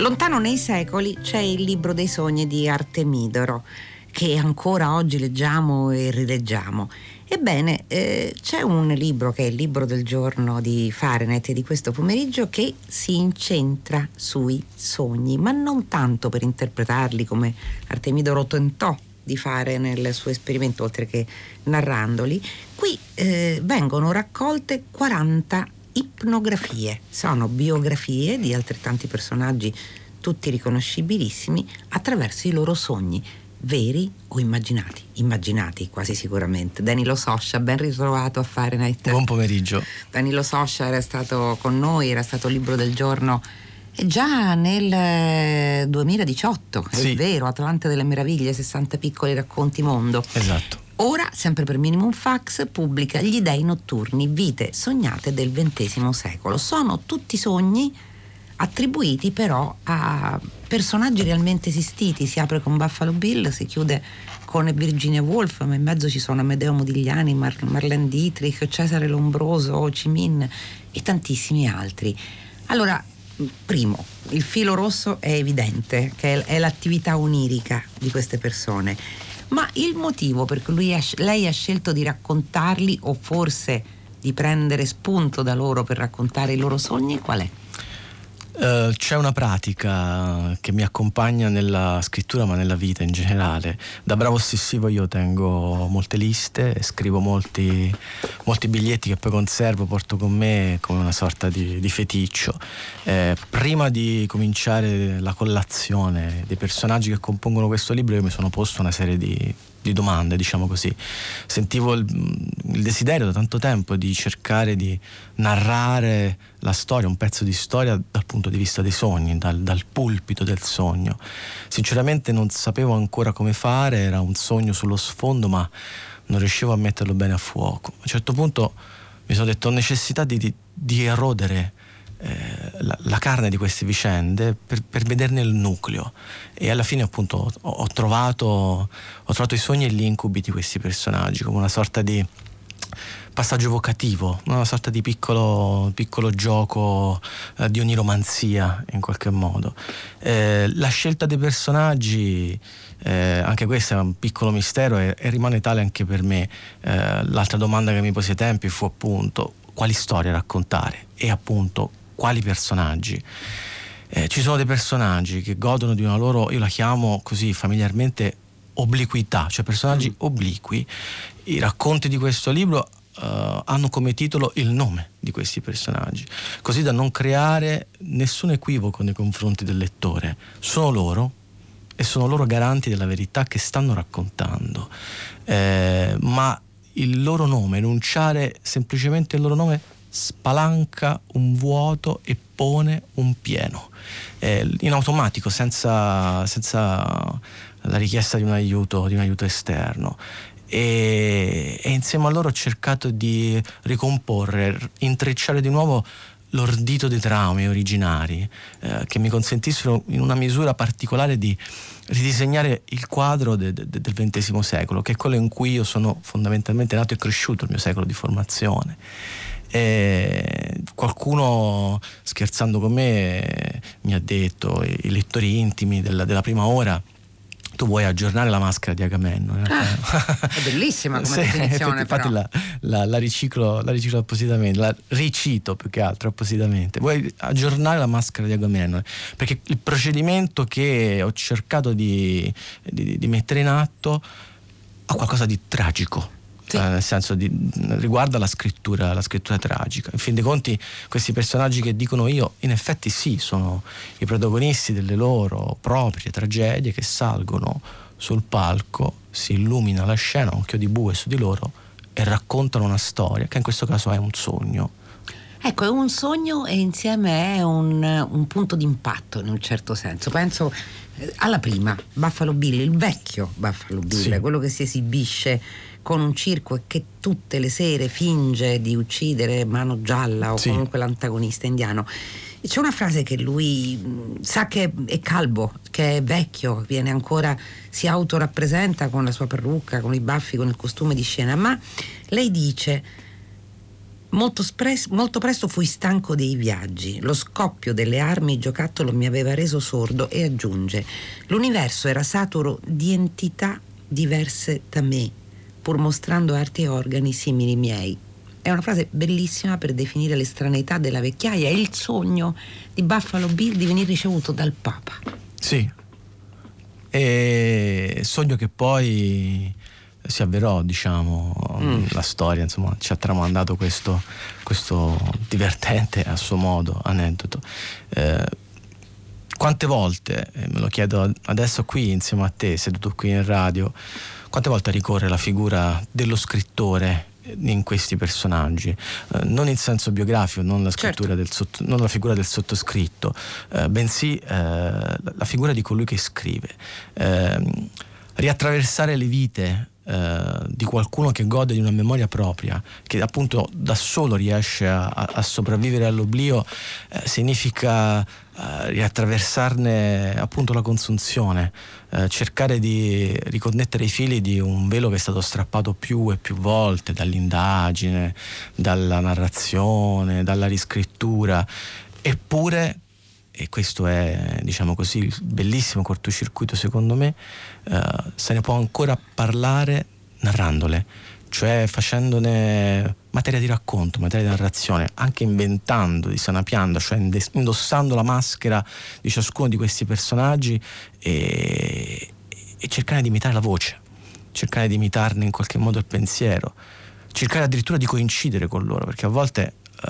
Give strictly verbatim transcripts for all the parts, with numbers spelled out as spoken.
Lontano nei secoli c'è il libro dei sogni di Artemidoro, che ancora oggi leggiamo e rileggiamo. Ebbene, eh, c'è un libro che è il libro del giorno di Fahrenheit di questo pomeriggio che si incentra sui sogni, ma non tanto per interpretarli come Artemidoro tentò di fare nel suo esperimento, oltre che narrandoli. Qui eh, vengono raccolte quaranta ipnografie, sono biografie di altrettanti personaggi, tutti riconoscibilissimi, attraverso i loro sogni, veri o immaginati, immaginati quasi sicuramente. Danilo Soscia, ben ritrovato a Fahrenheit. Buon pomeriggio. Danilo Soscia era stato con noi, era stato libro del giorno e già nel duemiladiciotto, sì. È vero, Atlante delle meraviglie, sessanta piccoli racconti mondo. Esatto. Ora, sempre per Minimum Fax, pubblica Gli dei notturni, vite sognate del ventesimo secolo. Sono tutti sogni attribuiti però a personaggi realmente esistiti. Si apre con Buffalo Bill, si chiude con Virginia Woolf, ma in mezzo ci sono Amedeo Modigliani, Mar- Marlene Dietrich, Cesare Lombroso, Ho Chi Minh e tantissimi altri. Allora, primo, il filo rosso è evidente, che è l'attività onirica di queste persone. Ma il motivo per cui lui ha, lei ha scelto di raccontarli, o forse di prendere spunto da loro per raccontare i loro sogni, qual è? Uh, c'è una pratica che mi accompagna nella scrittura, ma nella vita in generale. Da bravo ossessivo io tengo molte liste, scrivo molti, molti biglietti che poi conservo, porto con me come una sorta di, di feticcio. Eh, prima di cominciare la collazione dei personaggi che compongono questo libro, io mi sono posto una serie di di domande, diciamo così. Sentivo il, il desiderio da tanto tempo di cercare di narrare la storia, un pezzo di storia dal punto di vista dei sogni, dal, dal pulpito del sogno. Sinceramente non sapevo ancora come fare, era un sogno sullo sfondo, ma non riuscivo a metterlo bene a fuoco. A un certo punto mi sono detto: ho necessità di, di, di erodere Eh, la, la carne di queste vicende per, per vederne il nucleo, e alla fine appunto ho, ho trovato ho trovato i sogni e gli incubi di questi personaggi come una sorta di passaggio evocativo, una sorta di piccolo, piccolo gioco eh, di oniromanzia in qualche modo. Eh, la scelta dei personaggi, eh, anche questo è un piccolo mistero e, e rimane tale anche per me. Eh, l'altra domanda che mi posi ai tempi fu appunto quali storie raccontare e appunto quali personaggi. Eh, ci sono dei personaggi che godono di una loro, io la chiamo così familiarmente, obliquità, cioè personaggi mm. obliqui. I racconti di questo libro uh, hanno come titolo il nome di questi personaggi, così da non creare nessun equivoco nei confronti del lettore. Sono loro e sono loro garanti della verità che stanno raccontando, eh, ma il loro nome, enunciare semplicemente il loro nome, spalanca un vuoto e pone un pieno, eh, in automatico, senza, senza la richiesta di un aiuto, di un aiuto esterno. E, e insieme a loro ho cercato di ricomporre, intrecciare di nuovo l'ordito dei traumi originari, eh, che mi consentissero in una misura particolare di ridisegnare il quadro de, de, del ventesimo secolo, che è quello in cui io sono fondamentalmente nato e cresciuto, il mio secolo di formazione. E qualcuno, scherzando con me, mi ha detto, i lettori intimi della, della prima ora: tu vuoi aggiornare la maschera di Agamennone. Ah, è bellissima come sì, definizione, infatti però. La, la, la riciclo la riciclo appositamente, la ricito più che altro appositamente. Vuoi aggiornare la maschera di Agamennone, perché il procedimento che ho cercato di, di, di mettere in atto ha qualcosa di tragico. Sì. Eh, nel senso di riguarda la scrittura la scrittura tragica. In fin dei conti questi personaggi che dicono io in effetti sì, sono i protagonisti delle loro proprie tragedie, che salgono sul palco, si illumina la scena, un occhio di bue su di loro e raccontano una storia che in questo caso è un sogno. Ecco, è un sogno e insieme è un, un punto d'impatto in un certo senso. Penso eh, alla prima, Buffalo Bill, il vecchio Buffalo Bill, sì. Quello che si esibisce con un circo e che tutte le sere finge di uccidere Mano Gialla o sì. comunque l'antagonista indiano. E c'è una frase che lui mh, sa che è calvo, che è vecchio, viene ancora, si autorappresenta con la sua parrucca, con i baffi, con il costume di scena, ma lei dice: Molto, spres- molto presto fui stanco dei viaggi, lo scoppio delle armi giocattolo mi aveva reso sordo, e aggiunge: l'universo era saturo di entità diverse da me, pur mostrando arti e organi simili miei. È una frase bellissima per definire l'estraneità della vecchiaia e il sogno di Buffalo Bill di venire ricevuto dal Papa. Sì, e sogno che poi si avverò, diciamo, mm. la storia insomma ci ha tramandato questo, questo divertente a suo modo aneddoto. Eh, quante volte, eh, me lo chiedo adesso qui insieme a te, seduto qui in radio, quante volte ricorre la figura dello scrittore in questi personaggi, eh, non in senso biografico, non la scrittura, certo, del sotto, non la figura del sottoscritto, eh, bensì eh, la figura di colui che scrive. Eh, riattraversare le vite Uh, di qualcuno che gode di una memoria propria, che appunto da solo riesce a, a sopravvivere all'oblio, uh, significa uh, riattraversarne appunto la consunzione, uh, cercare di riconnettere i fili di un velo che è stato strappato più e più volte dall'indagine, dalla narrazione, dalla riscrittura, eppure, e questo è, diciamo così, il bellissimo cortocircuito secondo me, uh, se ne può ancora parlare narrandole, cioè facendone materia di racconto, materia di narrazione, anche inventando di sana pianta, cioè indossando la maschera di ciascuno di questi personaggi e, e cercare di imitare la voce, cercare di imitarne in qualche modo il pensiero, cercare addirittura di coincidere con loro, perché a volte uh,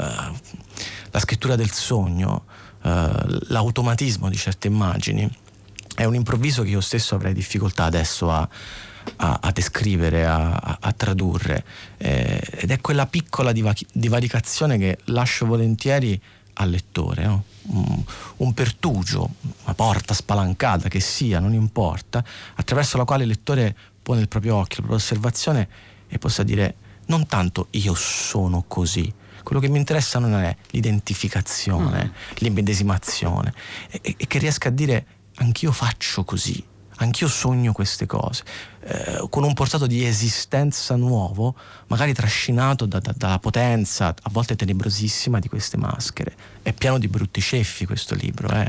la scrittura del sogno, Uh, l'automatismo di certe immagini è un improvviso che io stesso avrei difficoltà adesso a, a, a descrivere, a, a, a tradurre, eh, ed è quella piccola divac- divaricazione che lascio volentieri al lettore, no? un, un pertugio, una porta spalancata che sia, non importa, attraverso la quale il lettore pone il proprio occhio, la propria osservazione e possa dire: non tanto io sono così, quello che mi interessa non è l'identificazione, mm. l'immedesimazione, e, e che riesca a dire: anch'io faccio così, anch'io sogno queste cose, eh, con un portato di esistenza nuovo, magari trascinato da, da, dalla potenza, a volte tenebrosissima, di queste maschere. È pieno di brutti ceffi questo libro, eh.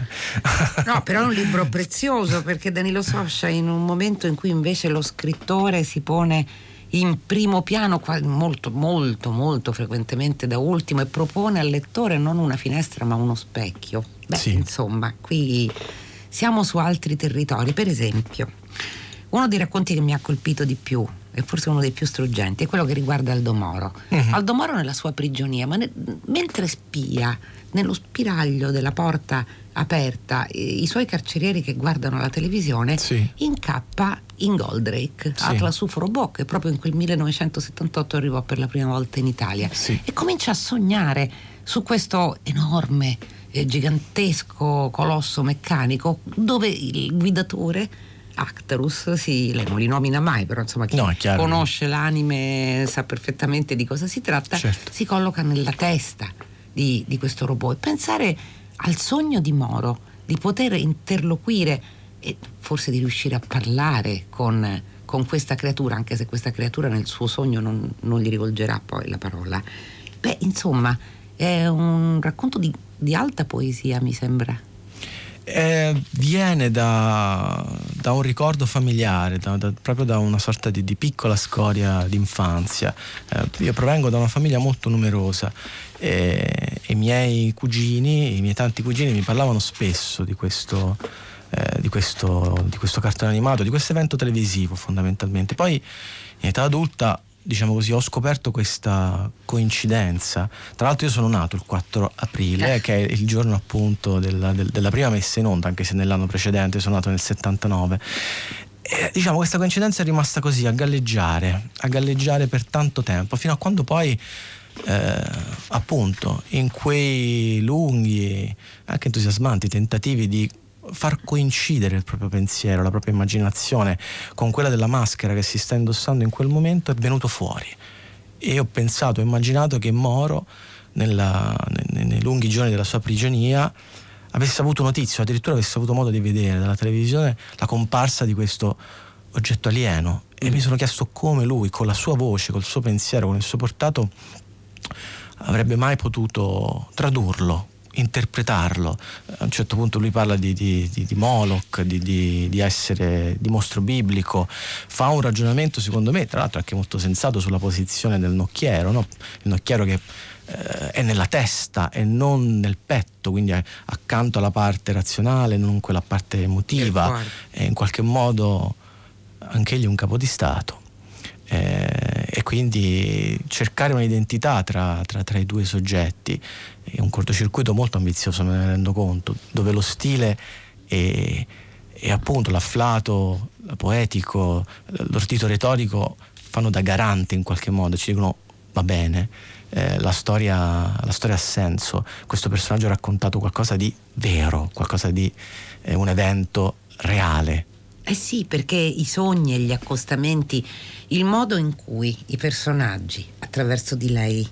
No, però è un libro prezioso, perché Danilo Scioscia, in un momento in cui invece lo scrittore si pone in primo piano, molto molto molto frequentemente da ultimo, e propone al lettore non una finestra ma uno specchio. Beh, sì. Insomma, qui siamo su altri territori. Per esempio, uno dei racconti che mi ha colpito di più, e forse uno dei più struggenti, è quello che riguarda Aldo Moro. Mm-hmm. Aldo Moro nella sua prigionia, ma ne, mentre spia nello spiraglio della porta aperta i, i suoi carcerieri che guardano la televisione, sì, incappa in Goldrake, sì, Atlas U F O Robot, che proprio in quel millenovecentosettantotto arrivò per la prima volta in Italia, sì, e comincia a sognare su questo enorme, eh, gigantesco colosso meccanico, dove il guidatore Actarus, sì, lei non li nomina mai, però insomma chi no, conosce l'anime sa perfettamente di cosa si tratta, certo, si colloca nella testa di, di questo robot. E pensare al sogno di Moro di poter interloquire e forse di riuscire a parlare con, con questa creatura, anche se questa creatura nel suo sogno non, non gli rivolgerà poi la parola. Beh, insomma, è un racconto di, di alta poesia, mi sembra. Eh, viene da, da un ricordo familiare, da, da, proprio da una sorta di, di piccola scoria d'infanzia. Eh, io provengo da una famiglia molto numerosa e i miei cugini, i miei tanti cugini mi parlavano spesso di questo, eh, di questo, di questo cartone animato, di questo evento televisivo fondamentalmente. Poi in età adulta, diciamo così, ho scoperto questa coincidenza. Tra l'altro io sono nato il quattro aprile, eh. che è il giorno appunto della, del, della prima messa in onda, anche se nell'anno precedente sono nato nel settantanove. E, diciamo, questa coincidenza è rimasta così a galleggiare, a galleggiare per tanto tempo, fino a quando poi eh, appunto in quei lunghi, anche entusiasmanti tentativi di far coincidere il proprio pensiero, la propria immaginazione con quella della maschera che si sta indossando in quel momento, è venuto fuori. E ho pensato, ho immaginato che Moro nella, nei, nei lunghi giorni della sua prigionia avesse avuto notizia, addirittura avesse avuto modo di vedere dalla televisione la comparsa di questo oggetto alieno, e mi sono chiesto come lui, con la sua voce, col suo pensiero, con il suo portato, avrebbe mai potuto tradurlo, interpretarlo. A un certo punto lui parla di, di, di, di Moloch, di, di, di essere di mostro biblico, fa un ragionamento secondo me tra l'altro anche molto sensato sulla posizione del nocchiero, no? Il nocchiero che eh, è nella testa e non nel petto, quindi è accanto alla parte razionale, non quella parte emotiva, e in qualche modo anche egli è un capo di stato. Eh, e quindi cercare un'identità tra, tra, tra i due soggetti è un cortocircuito molto ambizioso, me ne rendo conto, dove lo stile e, e appunto l'afflato poetico, l'ortito retorico fanno da garante in qualche modo, ci dicono va bene, eh, la storia, la storia ha senso, questo personaggio ha raccontato qualcosa di vero, qualcosa di eh, un evento reale. Eh sì, perché i sogni e gli accostamenti, il modo in cui i personaggi, attraverso di lei,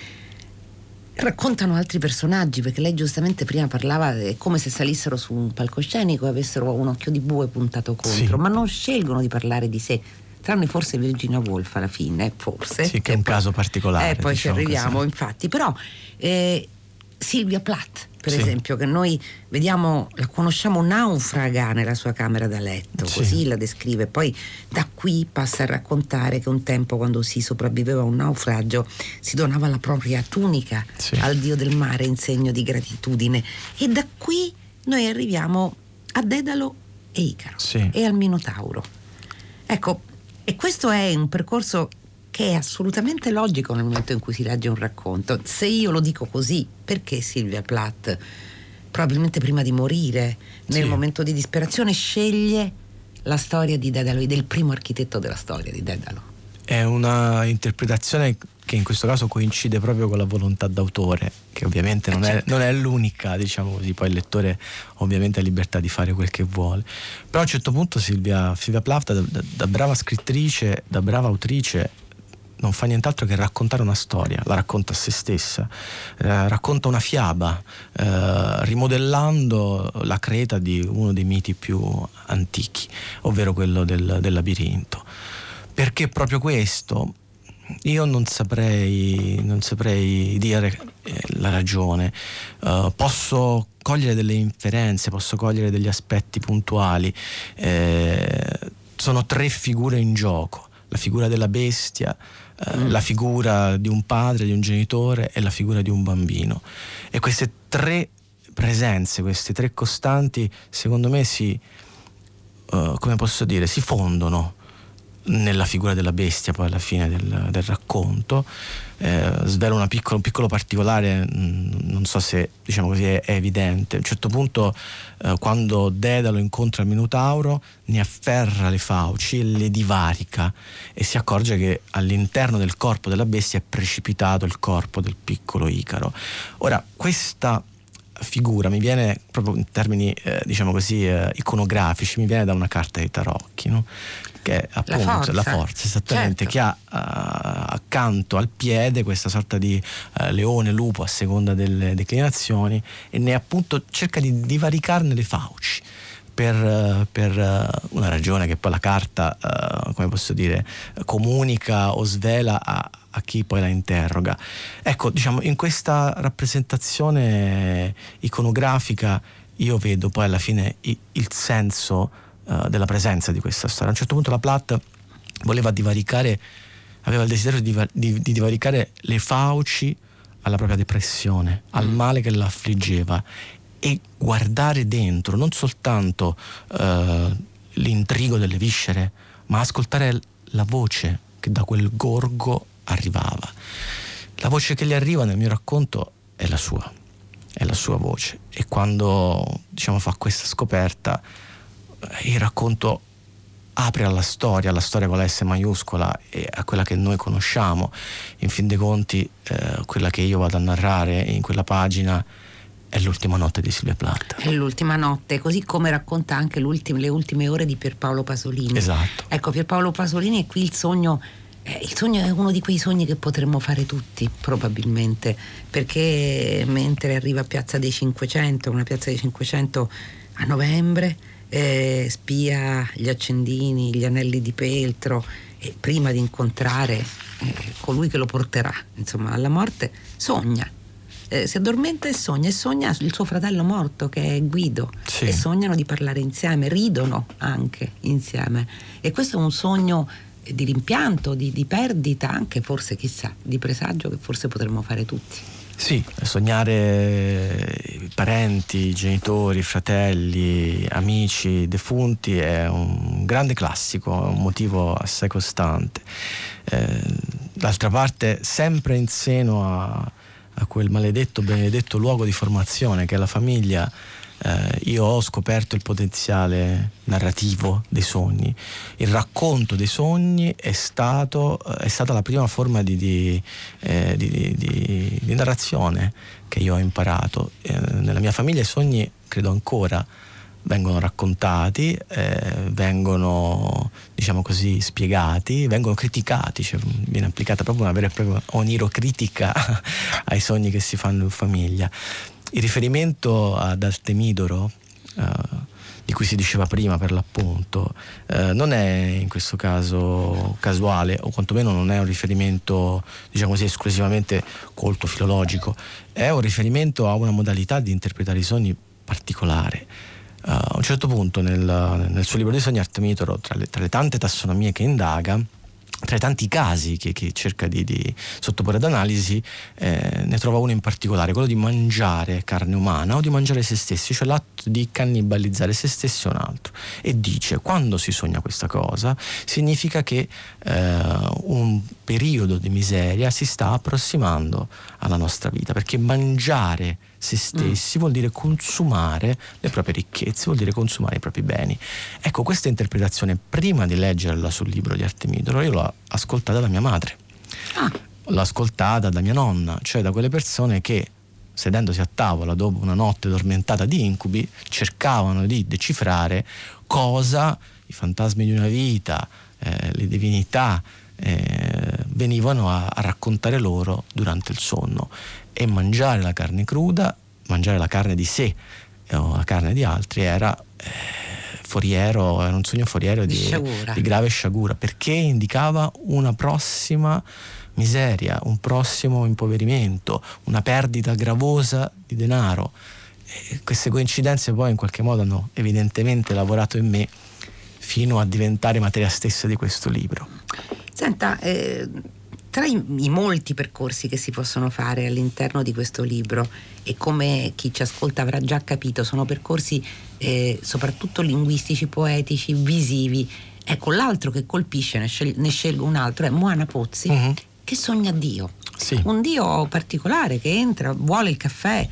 raccontano altri personaggi, perché lei giustamente prima parlava, è come se salissero su un palcoscenico e avessero un occhio di bue puntato contro, sì. Ma non scelgono di parlare di sé, tranne forse Virginia Woolf alla fine, forse. Sì, che è un poi, caso particolare. Eh, poi diciamo ci arriviamo, così. Infatti, però eh, Sylvia Plath, per sì. esempio, che noi vediamo, la conosciamo naufraga nella sua camera da letto, sì. così la descrive, poi da qui passa a raccontare che un tempo, quando si sopravviveva a un naufragio, si donava la propria tunica sì. al dio del mare in segno di gratitudine, e da qui noi arriviamo a Dedalo e Icaro sì. e al Minotauro. Ecco, e questo è un percorso che è assolutamente logico nel momento in cui si legge un racconto. Se io lo dico così, perché Sylvia Plath, probabilmente prima di morire, nel sì. momento di disperazione, sceglie la storia di Dedalo, del primo architetto della storia di Dedalo? È una interpretazione che in questo caso coincide proprio con la volontà d'autore, che ovviamente non, è, non è l'unica, diciamo così, poi il lettore ovviamente ha libertà di fare quel che vuole. Però a un certo punto Sylvia, Sylvia Plath, da, da, da brava scrittrice, da brava autrice, non fa nient'altro che raccontare una storia, la racconta a se stessa, eh, racconta una fiaba, eh, rimodellando la Creta di uno dei miti più antichi, ovvero quello del, del labirinto. Perché proprio questo? Io non saprei, non saprei dire eh, la ragione. Uh, posso cogliere delle inferenze, posso cogliere degli aspetti puntuali. Eh, sono tre figure in gioco: la figura della bestia, eh, mm. la figura di un padre, di un genitore e la figura di un bambino. E queste tre presenze, queste tre costanti, secondo me si, uh, come posso dire, si fondono nella figura della bestia poi alla fine del, del racconto. Eh, svelo una piccola, un piccolo particolare, mh, non so se diciamo così è, è evidente. A un certo punto eh, quando Dedalo incontra il Minotauro, ne afferra le fauci e le divarica, e si accorge che all'interno del corpo della bestia è precipitato il corpo del piccolo Icaro. Ora, questa figura mi viene proprio in termini eh, diciamo così eh, iconografici, mi viene da una carta di tarocchi, no? Che è appunto la forza, la forza esattamente, certo. Che ha uh, accanto al piede questa sorta di uh, leone, lupo a seconda delle declinazioni, e ne appunto cerca di divaricarne le fauci per, uh, per uh, una ragione che poi la carta uh, come posso dire comunica o svela a, a chi poi la interroga. Ecco, diciamo, in questa rappresentazione iconografica io vedo poi alla fine il, il senso Uh, della presenza di questa storia. A un certo punto la Plath voleva divaricare, aveva il desiderio di, di, di divaricare le fauci alla propria depressione, mm. al male che la affliggeva, e guardare dentro non soltanto uh, l'intrigo delle viscere, ma ascoltare la voce che da quel gorgo arrivava. La voce che gli arriva nel mio racconto è la sua, è la sua voce, e quando diciamo fa questa scoperta, il racconto apre alla storia, alla storia con la S maiuscola e a quella che noi conosciamo. In fin dei conti, eh, quella che io vado a narrare in quella pagina è l'ultima notte di Sylvia Plath. È l'ultima notte, così come racconta anche le ultime ore di Pierpaolo Pasolini. Esatto. Ecco, Pierpaolo Pasolini, è qui il sogno. Eh, il sogno è uno di quei sogni che potremmo fare tutti, probabilmente, perché mentre arriva a Piazza dei Cinquecento, una Piazza dei Cinquecento a novembre, Eh, spia gli accendini, gli anelli di peltro e prima di incontrare eh, colui che lo porterà insomma alla morte, sogna. Eh, si addormenta e sogna, e sogna il suo fratello morto che è Guido, sì. E sognano di parlare insieme, ridono anche insieme, e questo è un sogno di rimpianto, di, di perdita, anche forse chissà, di presagio che forse potremmo fare tutti. Sì, sognare i parenti, genitori, fratelli, amici defunti è un grande classico, è un motivo assai costante. Eh, d'altra parte, sempre in seno a, a quel maledetto, benedetto luogo di formazione che è la famiglia, eh, io ho scoperto il potenziale narrativo dei sogni. Il racconto dei sogni è stato è stata la prima forma di, di, eh, di, di, di narrazione che io ho imparato. Eh, nella mia famiglia i sogni, credo ancora, vengono raccontati, eh, vengono, diciamo così, spiegati, vengono criticati, cioè viene applicata proprio una vera e propria onirocritica ai sogni che si fanno in famiglia. Il riferimento ad Artemidoro, eh, di cui si diceva prima per l'appunto, eh, non è in questo caso casuale, o quantomeno non è un riferimento, diciamo così, esclusivamente colto filologico, è un riferimento a una modalità di interpretare i sogni particolare. Uh, a un certo punto nel, nel suo libro dei sogni Artemidoro, tra le, tra le tante tassonomie che indaga, tra i tanti casi che, che cerca di, di sottoporre ad analisi, eh, ne trova uno in particolare, quello di mangiare carne umana o di mangiare se stessi, cioè l'atto di cannibalizzare se stessi o un altro. E dice: quando si sogna questa cosa significa che eh, un periodo di miseria si sta approssimando alla nostra vita, perché mangiare se stessi mm. vuol dire consumare le proprie ricchezze, vuol dire consumare i propri beni. Ecco, questa interpretazione, prima di leggerla sul libro di Artemidoro, io l'ho ascoltata da mia madre, ah. l'ho ascoltata da mia nonna, cioè da quelle persone che, sedendosi a tavola dopo una notte tormentata di incubi, cercavano di decifrare cosa i fantasmi di una vita, eh, le divinità eh, venivano a, a raccontare loro durante il sonno. E mangiare la carne cruda, mangiare la carne di sé o la carne di altri era eh, foriero, era un sogno foriero di, di, di grave sciagura, perché indicava una prossima miseria, un prossimo impoverimento, una perdita gravosa di denaro. E queste coincidenze poi in qualche modo hanno evidentemente lavorato in me fino a diventare materia stessa di questo libro. Senta, eh, tra i, i molti percorsi che si possono fare all'interno di questo libro, e come chi ci ascolta avrà già capito, sono percorsi eh, soprattutto linguistici, poetici, visivi. Ecco, l'altro che colpisce, ne, scel- ne scelgo un altro, è Moana Pozzi, uh-huh. che sogna Dio. Sì. Un Dio particolare che entra, vuole il caffè,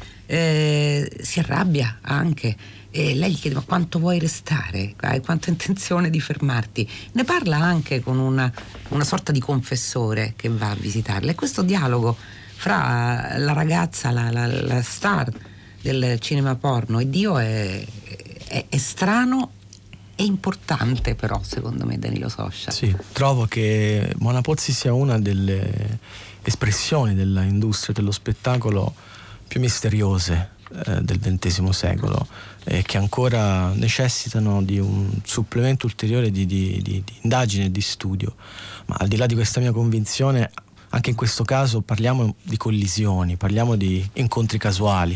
eh, si arrabbia anche, e lei gli chiede: ma quanto vuoi restare? Hai quanta intenzione di fermarti? Ne parla anche con una, una sorta di confessore che va a visitarla, e questo dialogo fra la ragazza, la, la, la star del cinema porno e Dio è, è, è strano e importante, però, secondo me, Danilo Scioscia. Sì, trovo che Moana Pozzi sia una delle espressioni dell'industria dello spettacolo più misteriose eh, del ventesimo secolo, eh, che ancora necessitano di un supplemento ulteriore di, di, di, di indagine e di studio. Ma al di là di questa mia convinzione, anche in questo caso parliamo di collisioni, parliamo di incontri casuali.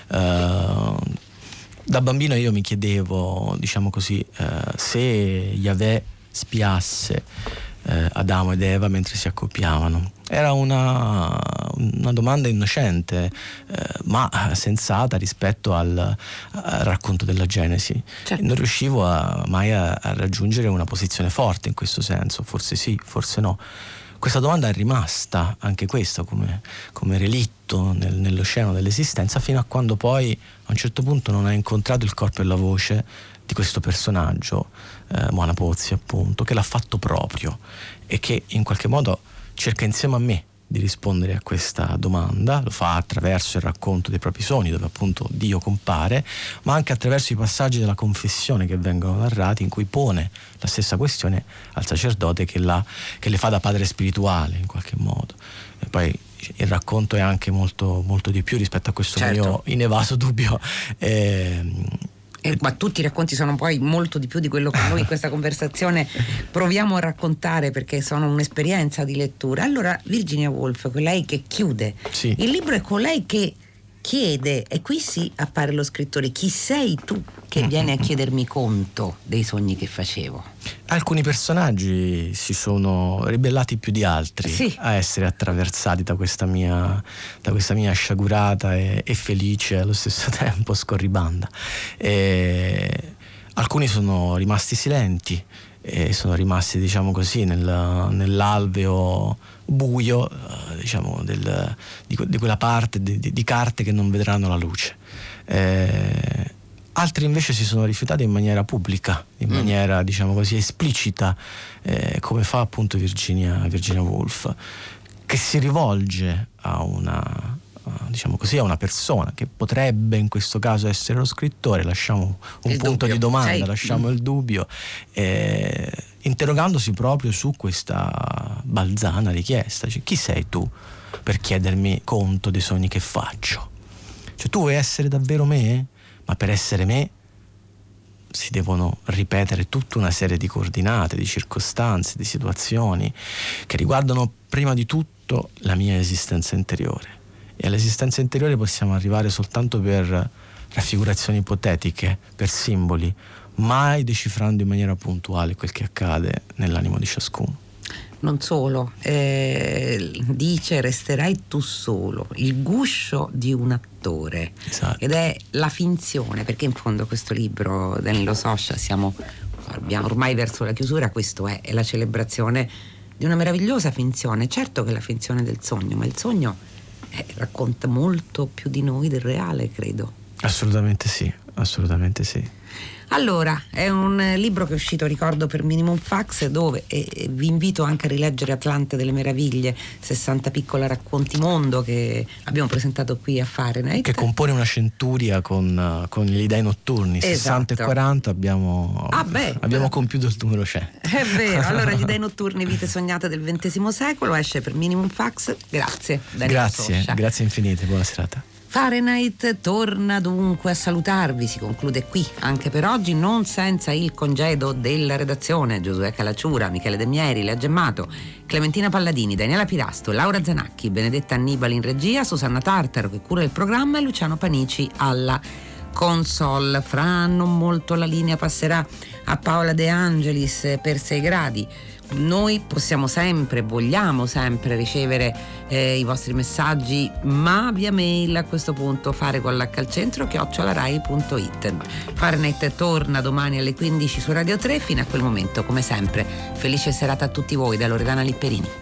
Uh, da bambino io mi chiedevo, diciamo così, uh, se Yahweh spiasse uh, Adamo ed Eva mentre si accoppiavano. Era una, una domanda innocente, uh, ma sensata rispetto al, al racconto della Genesi. Certo. Non riuscivo a, mai a, a raggiungere una posizione forte in questo senso, forse sì, forse no. Questa domanda è rimasta, anche questa, come, come relitto nel, nell'oceano dell'esistenza, fino a quando poi a un certo punto non ha incontrato il corpo e la voce di questo personaggio, eh, Moana Pozzi appunto, che l'ha fatto proprio e che in qualche modo cerca insieme a me di rispondere a questa domanda. Lo fa attraverso il racconto dei propri sogni, dove appunto Dio compare, ma anche attraverso i passaggi della confessione che vengono narrati, in cui pone la stessa questione al sacerdote che, la, che le fa da padre spirituale in qualche modo. E poi il racconto è anche molto, molto di più rispetto a questo certo. mio inevaso dubbio. Eh, Eh, ma tutti i racconti sono poi molto di più di quello che noi in questa conversazione proviamo a raccontare, perché sono un'esperienza di lettura. Allora, Virginia Woolf, colei che chiude sì. il libro, è colei che chiede, e qui sì appare lo scrittore: chi sei tu che viene a chiedermi conto dei sogni che facevo? Alcuni personaggi si sono ribellati più di altri sì. a essere attraversati da questa mia, da questa mia sciagurata e, e felice allo stesso tempo scorribanda. E alcuni sono rimasti silenti e sono rimasti, diciamo così, nel, nell'alveo buio, diciamo, del, di, di quella parte di, di carte che non vedranno la luce. Eh, altri invece si sono rifiutati in maniera pubblica, in mm. maniera, diciamo così, esplicita, eh, come fa appunto Virginia, Virginia Woolf, che si rivolge a una, diciamo così, a una persona che potrebbe in questo caso essere lo scrittore. Lasciamo un il punto dubbio. di domanda, Sei... lasciamo mm. il dubbio, eh, interrogandosi proprio su questa balzana richiesta, cioè, chi sei tu per chiedermi conto dei sogni che faccio? Cioè, tu vuoi essere davvero me? Ma per essere me si devono ripetere tutta una serie di coordinate, di circostanze, di situazioni che riguardano prima di tutto la mia esistenza interiore. E all'esistenza interiore possiamo arrivare soltanto per raffigurazioni ipotetiche, per simboli, mai decifrando in maniera puntuale quel che accade nell'animo di ciascuno. Non solo, eh, dice: resterai tu solo, il guscio di un attore. Esatto. Ed è la finzione, perché in fondo questo libro, Danilo Scioscia, siamo abbiamo ormai verso la chiusura. Questo è, è la celebrazione di una meravigliosa finzione. Certo che è la finzione del sogno, ma il sogno eh, racconta molto più di noi del reale, credo. Assolutamente sì, assolutamente sì. Allora, è un libro che è uscito, ricordo, per Minimum Fax, dove eh, vi invito anche a rileggere Atlante delle Meraviglie, sessanta piccole racconti mondo, che abbiamo presentato qui a Fahrenheit. Che compone una centuria con, con gli dei notturni, esatto. sessanta e quaranta abbiamo, ah beh, abbiamo compiuto il numero cento. È vero, allora Gli dei notturni, vite sognate del ventesimo secolo, esce per Minimum Fax. Grazie. Grazie, Scioscia. Grazie infinite, buona serata. Fahrenheit torna dunque a salutarvi, si conclude qui anche per oggi, non senza il congedo della redazione: Giosuè Calacciura, Michele De Mieri, Lea Gemmato, Clementina Palladini, Daniela Pirasto, Laura Zanacchi, Benedetta Annibali in regia, Susanna Tartaro che cura il programma e Luciano Panici alla console. Fra non molto la linea passerà a Paola De Angelis per sei gradi. Noi possiamo sempre, vogliamo sempre ricevere eh, i vostri messaggi, ma via mail a questo punto, fare con l'H al centro chiocciola rai punto it. Fahrenheit torna domani alle quindici su Radio tre. Fino a quel momento, come sempre, felice serata a tutti voi da Loredana Lipperini.